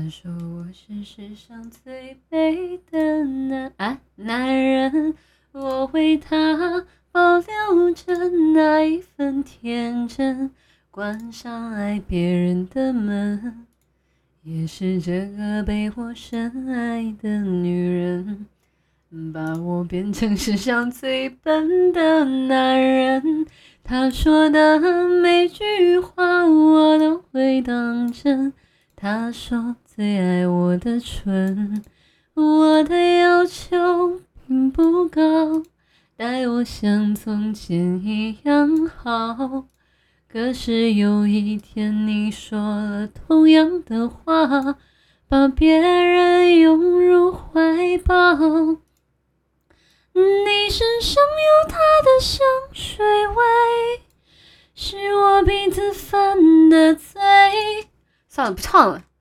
他说我是世上最美的男人，我为他保留着那一份天真，关上爱别人的门，也是这个被我深爱的女人，把我变成世上最笨的男人。他说的每句话我都会当真，他说最爱我的唇，我的要求并不高，待我像从前一样好。可是有一天你说了同样的话，把别人拥入怀抱，你身上有他的香水味，是我鼻子犯的罪。算了，不唱了。